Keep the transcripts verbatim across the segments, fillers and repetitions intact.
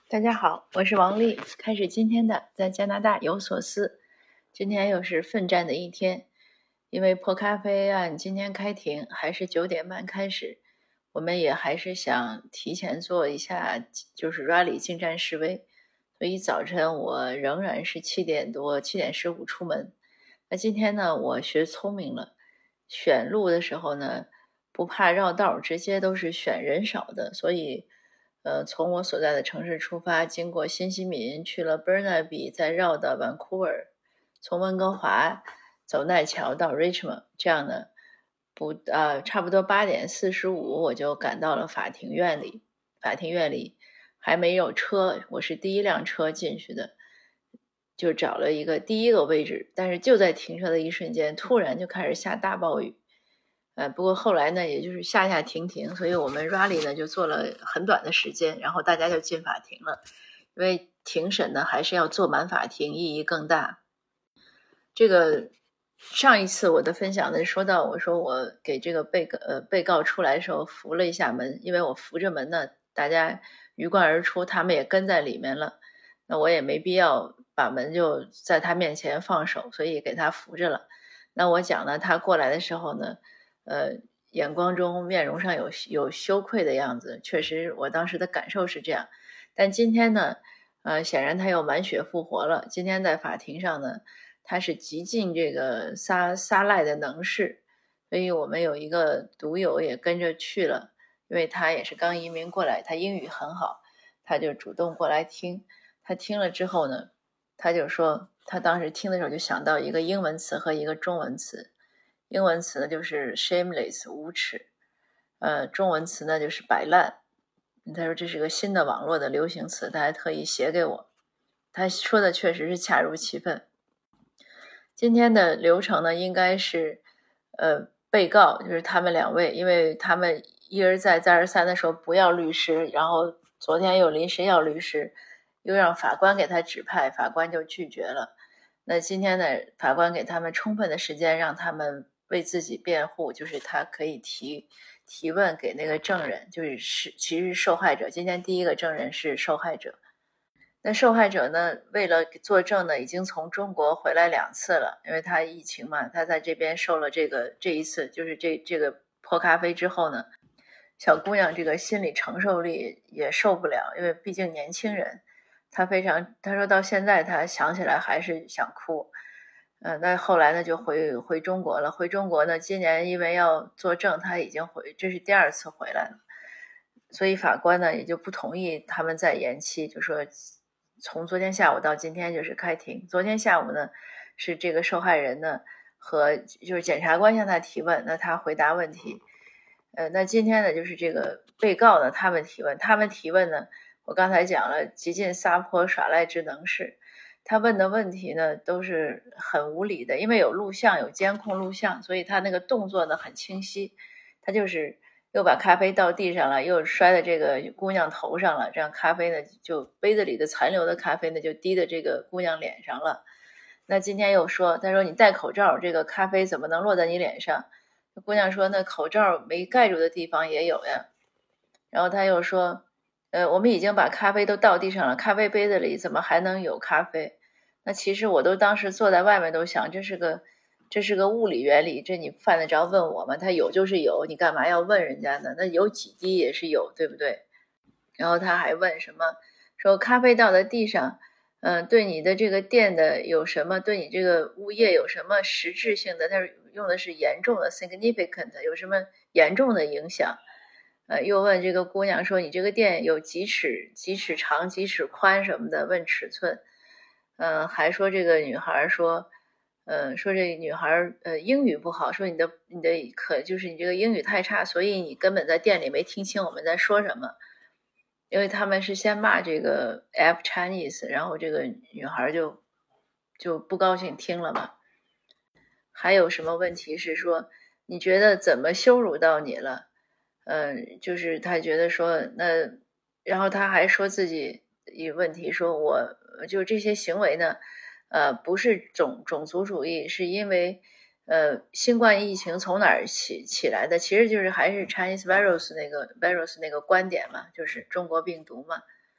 大家好，我是王丽，开始今天的在加拿大有所思。今天又是奋战的一天，因为破咖啡案今天开庭，还是九点半开始，我们也还是想提前做一下，就是 rally 进站示威，所以早晨我仍然是七点多七点十五出门。那今天呢，我学聪明了，选路的时候呢，不怕绕道，直接都是选人少的，所以呃，从我所在的城市出发，经过新西敏，去了 Burnaby， 再绕到 Vancouver， 从温哥华走奈桥到 Richmond， 这样呢，不呃，差不多八点四十五我就赶到了法庭院里。法庭院里还没有车，我是第一辆车进去的，就找了一个第一个位置，但是就在停车的一瞬间，突然就开始下大暴雨。呃，不过后来呢，也就是下下停停，所以我们 rally 呢就做了很短的时间，然后大家就进法庭了。因为庭审呢还是要坐满法庭，意义更大。这个上一次我的分享呢，说到我说我给这个被告呃被告出来的时候扶了一下门，因为我扶着门呢，大家鱼贯而出，他们也跟在里面了，那我也没必要把门就在他面前放手，所以给他扶着了。那我讲呢，他过来的时候呢，呃，眼光中面容上有有羞愧的样子，确实我当时的感受是这样。但今天呢，呃，显然他又满血复活了。今天在法庭上呢，他是极尽这个撒撒赖的能事，所以我们有一个读友也跟着去了，因为他也是刚移民过来，他英语很好，他就主动过来听。他听了之后呢，他就说他当时听的时候就想到一个英文词和一个中文词。英文词呢就是 shameless 无耻，呃，中文词呢就是摆烂。他说这是个新的网络的流行词，他还特意写给我。他说的确实是恰如其分。今天的流程呢，应该是呃，被告就是他们两位，因为他们一而再再而三的说不要律师，然后昨天又临时要律师，又让法官给他指派，法官就拒绝了。那今天呢，法官给他们充分的时间，让他们为自己辩护，就是他可以提提问给那个证人，就是是其实是受害者。今天第一个证人是受害者。那受害者呢，为了作证呢，已经从中国回来两次了，因为他疫情嘛，他在这边受了这个这一次就是这这个泼咖啡之后呢，小姑娘这个心理承受力也受不了，因为毕竟年轻人，她非常她说到现在她想起来还是想哭。呃，那后来呢就回回中国了。回中国呢，今年因为要作证，她已经回，这是第二次回来了，所以法官呢也就不同意他们再延期，就说从昨天下午到今天就是开庭。昨天下午呢是这个受害人呢和就是检察官向他提问，那他回答问题。呃，那今天呢就是这个被告呢他们提问，他们提问呢，我刚才讲了极尽撒泼耍赖之能事。他问的问题呢都是很无理的，因为有录像有监控录像，所以他那个动作呢很清晰。他就是又把咖啡倒地上了，又摔在这个姑娘头上了，这样咖啡呢就杯子里的残留的咖啡呢就滴在这个姑娘脸上了。那今天又说，他说你戴口罩，这个咖啡怎么能落在你脸上？姑娘说那口罩没盖住的地方也有呀。然后他又说呃，我们已经把咖啡都倒地上了，咖啡杯子里怎么还能有咖啡？那其实我都当时坐在外面都想，这是个这是个物理原理，这你犯得着问我吗？它有就是有，你干嘛要问人家呢？那有几滴也是有，对不对？然后他还问什么，说咖啡倒在地上，嗯、呃，对你的这个店的有什么，对你这个物业有什么实质性的？他用的是严重的 significant， 有什么严重的影响？呃，又问这个姑娘说，你这个店有几尺几尺长几尺宽什么的，问尺寸。嗯、呃，还说这个女孩说呃，说这女孩呃英语不好，说你的你的可就是你这个英语太差，所以你根本在店里没听清我们在说什么。因为他们是先骂这个 App Chinese， 然后这个女孩就就不高兴听了嘛。还有什么问题是说你觉得怎么羞辱到你了？嗯，就是他觉得说那，然后他还说自己一问题，说我就这些行为呢，呃，不是种种族主义，是因为呃新冠疫情从哪儿起起来的？其实就是还是 Chinese virus 那个 virus 那个观点嘛，就是中国病毒嘛。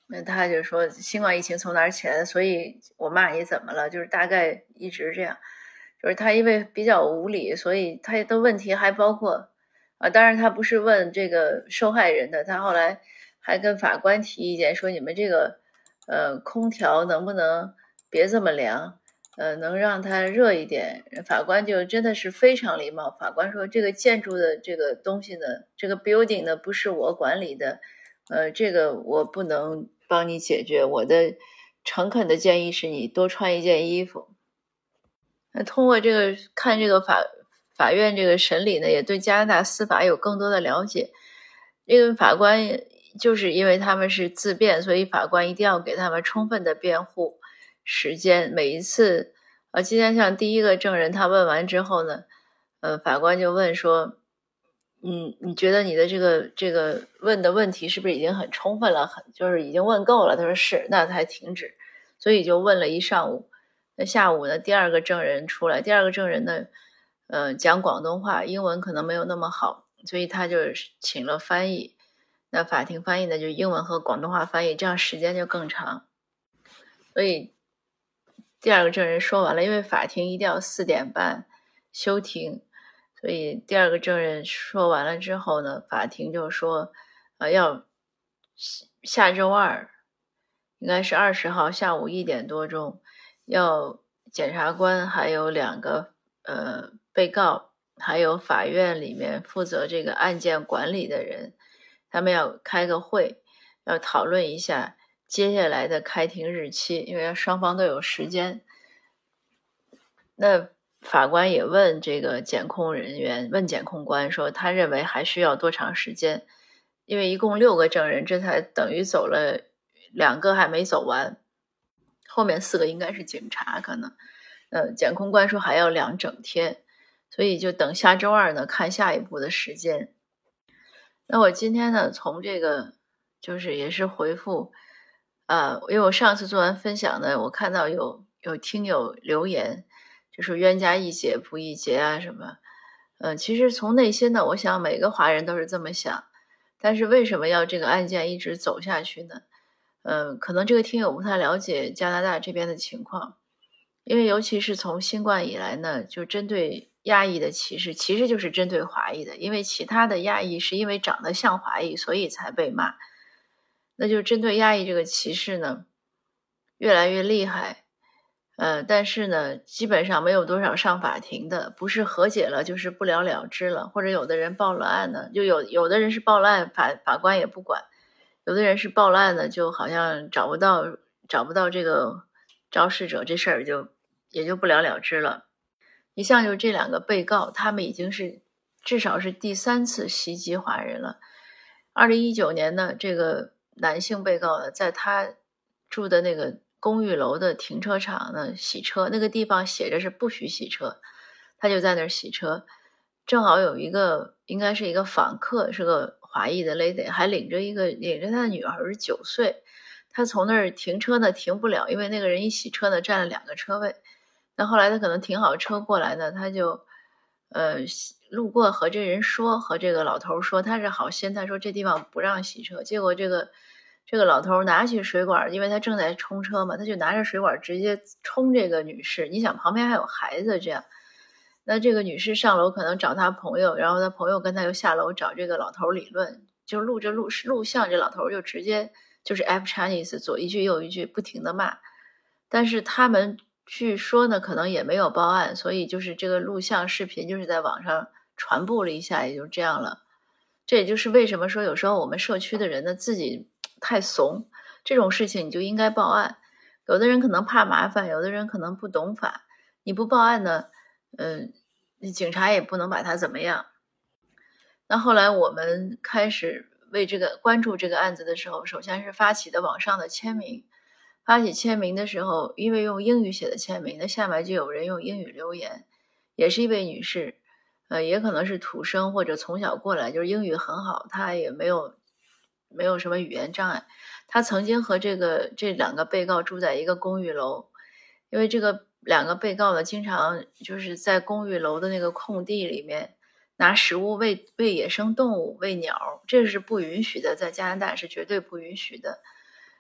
那他就说新冠疫情从哪儿起来的，所以我骂你怎么了，就是大概一直这样。就是他因为比较无理，所以他的问题还包括啊，当然他不是问这个受害人的，他后来还跟法官提意见说，你们这个呃空调能不能别这么凉，呃能让它热一点。法官就真的是非常礼貌，法官说这个建筑的这个东西呢，这个 building 呢不是我管理的，呃这个我不能帮你解决，我的诚恳的建议是你多穿一件衣服。那通过这个看这个法法院这个审理呢，也对加拿大司法有更多的了解。这个法官就是因为他们是自辩，所以法官一定要给他们充分的辩护时间。每一次，呃，今天像第一个证人他问完之后呢，呃，法官就问说，嗯，你觉得你的这个这个问的问题是不是已经很充分了，很就是已经问够了？他说是，那才停止。所以就问了一上午。那下午呢，第二个证人出来，第二个证人呢，呃，讲广东话，英文可能没有那么好，所以他就请了翻译。那法庭翻译呢，就英文和广东话翻译，这样时间就更长。所以第二个证人说完了，因为法庭一定要四点半休庭，所以第二个证人说完了之后呢，法庭就说，呃，要下周二，应该是二十号下午一点多钟。要检察官还有两个呃被告，还有法院里面负责这个案件管理的人，他们要开个会，要讨论一下接下来的开庭日期，因为双方都有时间。那法官也问这个检控人员，问检控官说他认为还需要多长时间，因为一共六个证人，这才等于走了两个还没走完。后面四个应该是警察，可能，呃，检控官说还要两整天，所以就等下周二呢看下一步的时间。那我今天呢，从这个就是也是回复，呃，因为我上次做完分享呢，我看到有有听友留言，就是冤家宜解不宜结啊什么，呃，其实从内心呢，我想每个华人都是这么想，但是为什么要这个案件一直走下去呢？嗯，可能这个听友不太了解加拿大这边的情况，因为尤其是从新冠以来呢，就针对亚裔的歧视，其实就是针对华裔的，因为其他的亚裔是因为长得像华裔，所以才被骂。那就针对亚裔这个歧视呢，越来越厉害。呃，但是呢，基本上没有多少上法庭的，不是和解了就是不了了之了，或者有的人报了案呢，就有有的人是报了案，法法官也不管。有的人是报了案的，就好像找不到找不到这个肇事者，这事儿就也就不了了之了。你像就这两个被告，他们已经是至少是第三次袭击华人了。二零一九年呢，这个男性被告呢，在他住的那个公寓楼的停车场呢洗车，那个地方写着是不许洗车，他就在那儿洗车，正好有一个应该是一个访客，是个华裔的 lady， 还领着一个领着他的女儿九岁，他从那儿停车呢停不了，因为那个人一洗车呢占了两个车位。那后来他可能停好车过来呢，他就呃路过和这人说，和这个老头说他是好心，他说这地方不让洗车，结果这个这个老头拿起水管，因为他正在冲车嘛，他就拿着水管直接冲这个女士。你想旁边还有孩子，这样，那这个女士上楼可能找她朋友，然后她朋友跟她又下楼找这个老头理论，就录着录录像，这老头就直接就是 F Chinese 左一句右一句不停的骂。但是他们据说呢，可能也没有报案，所以就是这个录像视频就是在网上传播了一下，也就这样了。这也就是为什么说有时候我们社区的人呢自己太怂，这种事情你就应该报案。有的人可能怕麻烦，有的人可能不懂法，你不报案呢，嗯、呃，警察也不能把他怎么样。那后来我们开始为这个关注这个案子的时候，首先是发起的网上的签名。发起签名的时候，因为用英语写的签名，那下面就有人用英语留言，也是一位女士，呃，也可能是土生或者从小过来就是英语很好，她也没有没有什么语言障碍。她曾经和这个这两个被告住在一个公寓楼，因为这个两个被告呢，经常就是在公寓楼的那个空地里面拿食物喂喂野生动物、喂鸟，这是不允许的，在加拿大是绝对不允许的。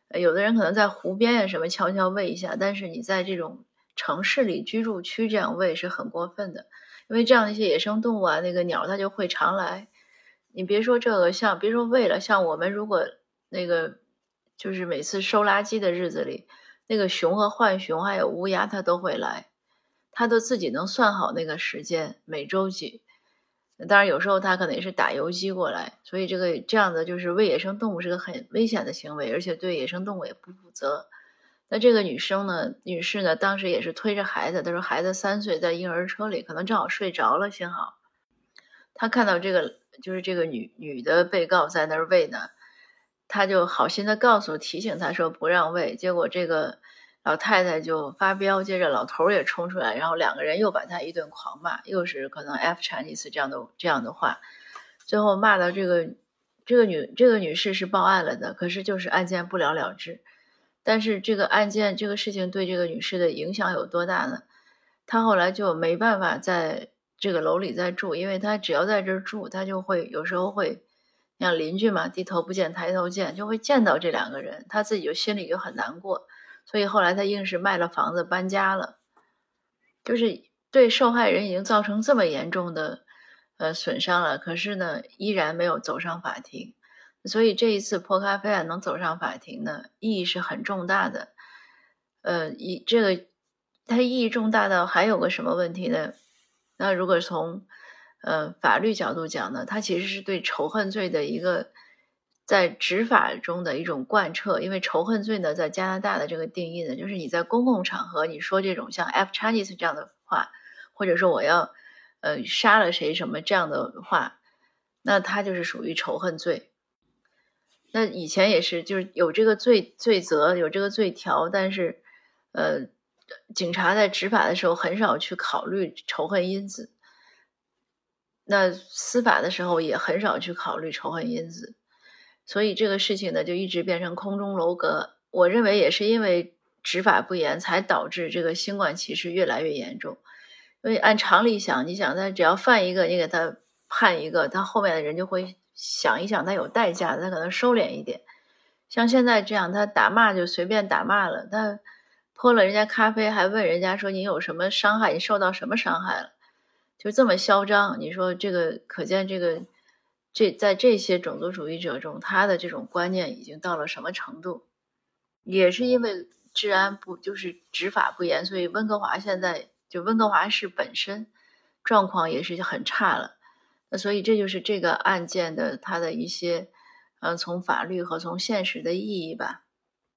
呃有的人可能在湖边呀什么悄悄喂一下，但是你在这种城市里居住区这样喂是很过分的，因为这样的一些野生动物啊，那个鸟它就会常来。你别说这个，像别说喂了，像我们如果那个就是每次收垃圾的日子里，那个熊和浣熊还有乌鸦它都会来，它都自己能算好那个时间，每周几。当然有时候它可能也是打游击过来，所以这个这样的就是喂野生动物是个很危险的行为，而且对野生动物也不负责。那这个女生呢，女士呢，当时也是推着孩子，她说孩子三岁在婴儿车里，可能正好睡着了，幸好她看到这个就是这个女女的被告在那儿喂呢，她就好心的告诉提醒她说不让喂，结果这个老太太就发飙，接着老头也冲出来，然后两个人又把她一顿狂骂，又是可能 F Chinese 这样的这样的话，最后骂到这个这个女这个女士是报案了的，可是就是案件不了了之。但是这个案件这个事情对这个女士的影响有多大呢？她后来就没办法在这个楼里再住，因为她只要在这儿住，她就会有时候会像邻居嘛，低头不见抬头见，就会见到这两个人，她自己就心里就很难过，所以后来她硬是卖了房子搬家了。就是对受害人已经造成这么严重的呃损伤了，可是呢依然没有走上法庭。所以这一次破咖啡案能走上法庭呢，意义是很重大的。呃，以这个它意义重大到还有个什么问题呢？那如果从呃法律角度讲呢，它其实是对仇恨罪的一个在执法中的一种贯彻。因为仇恨罪呢，在加拿大的这个定义呢，就是你在公共场合你说这种像 F Chinese 这样的话，或者说我要呃杀了谁什么这样的话，那它就是属于仇恨罪。那以前也是，就是有这个罪罪责，有这个罪条，但是，呃，警察在执法的时候很少去考虑仇恨因子，那司法的时候也很少去考虑仇恨因子，所以这个事情呢就一直变成空中楼阁。我认为也是因为执法不严，才导致这个新冠歧视越来越严重。因为按常理想，你想他只要犯一个，你给他判一个，他后面的人就会想一想，他有代价的，他可能收敛一点。像现在这样，他打骂就随便打骂了，他泼了人家咖啡，还问人家说你有什么伤害，你受到什么伤害了，就这么嚣张。你说这个可见这个这在这些种族主义者中，他的这种观念已经到了什么程度？也是因为治安不就是执法不严，所以温哥华现在就温哥华市本身状况也是很差了。那所以这就是这个案件的它的一些呃从法律和从现实的意义吧。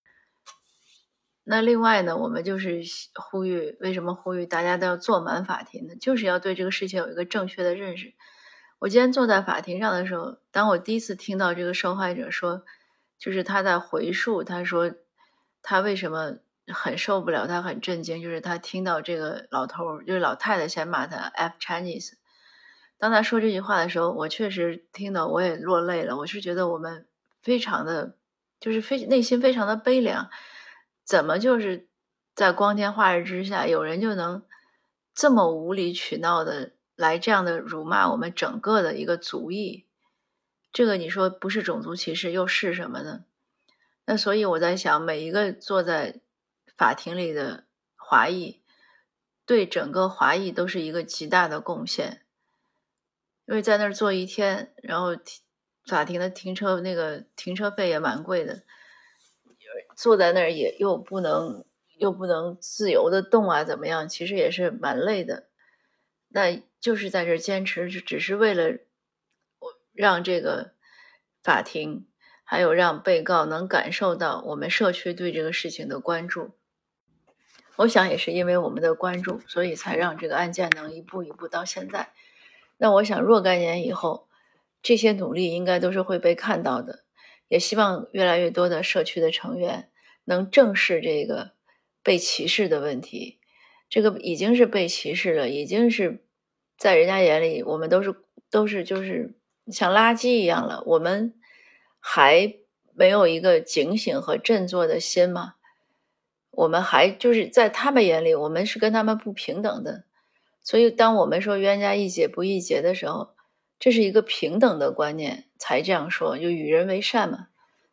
那另外呢，我们就是呼吁，为什么呼吁大家都要坐满法庭呢？就是要对这个事情有一个正确的认识。我今天坐在法庭上的时候，当我第一次听到这个受害者说，就是他在回述，他说他为什么很受不了，他很震惊，就是他听到这个老头，就是老太太先骂他 F Chinese。当他说这句话的时候，我确实听到我也落泪了。我是觉得我们非常的，就是非内心非常的悲凉。怎么就是在光天化日之下，有人就能这么无理取闹的来这样的辱骂我们整个的一个族裔？这个你说不是种族歧视又是什么呢？那所以我在想，每一个坐在法庭里的华裔，对整个华裔都是一个极大的贡献。因为在那儿坐一天，然后法庭的停车那个停车费也蛮贵的，坐在那儿也又不能又不能自由的动啊，怎么样？其实也是蛮累的。那就是在这儿坚持，只是为了让这个法庭还有让被告能感受到我们社区对这个事情的关注。我想也是因为我们的关注，所以才让这个案件能一步一步到现在。那我想若干年以后，这些努力应该都是会被看到的，也希望越来越多的社区的成员能正视这个被歧视的问题。这个已经是被歧视了，已经是在人家眼里我们都是都是就是像垃圾一样了，我们还没有一个警醒和振作的心吗？我们还就是在他们眼里我们是跟他们不平等的。所以当我们说冤家宜解不宜结的时候，这是一个平等的观念才这样说，就与人为善嘛。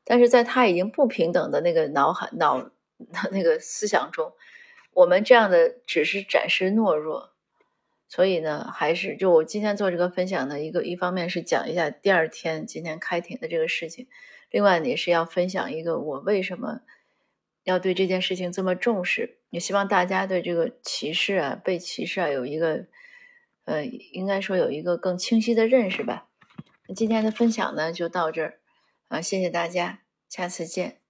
但是在他已经不平等的那个脑海脑那个思想中，我们这样的只是展示懦弱。所以呢，还是就我今天做这个分享呢，一个一方面是讲一下第二天今天开庭的这个事情，另外也是要分享一个我为什么要对这件事情这么重视，也希望大家对这个歧视啊、被歧视啊有一个呃，应该说有一个更清晰的认识吧。那今天的分享呢就到这儿啊，谢谢大家，下次见。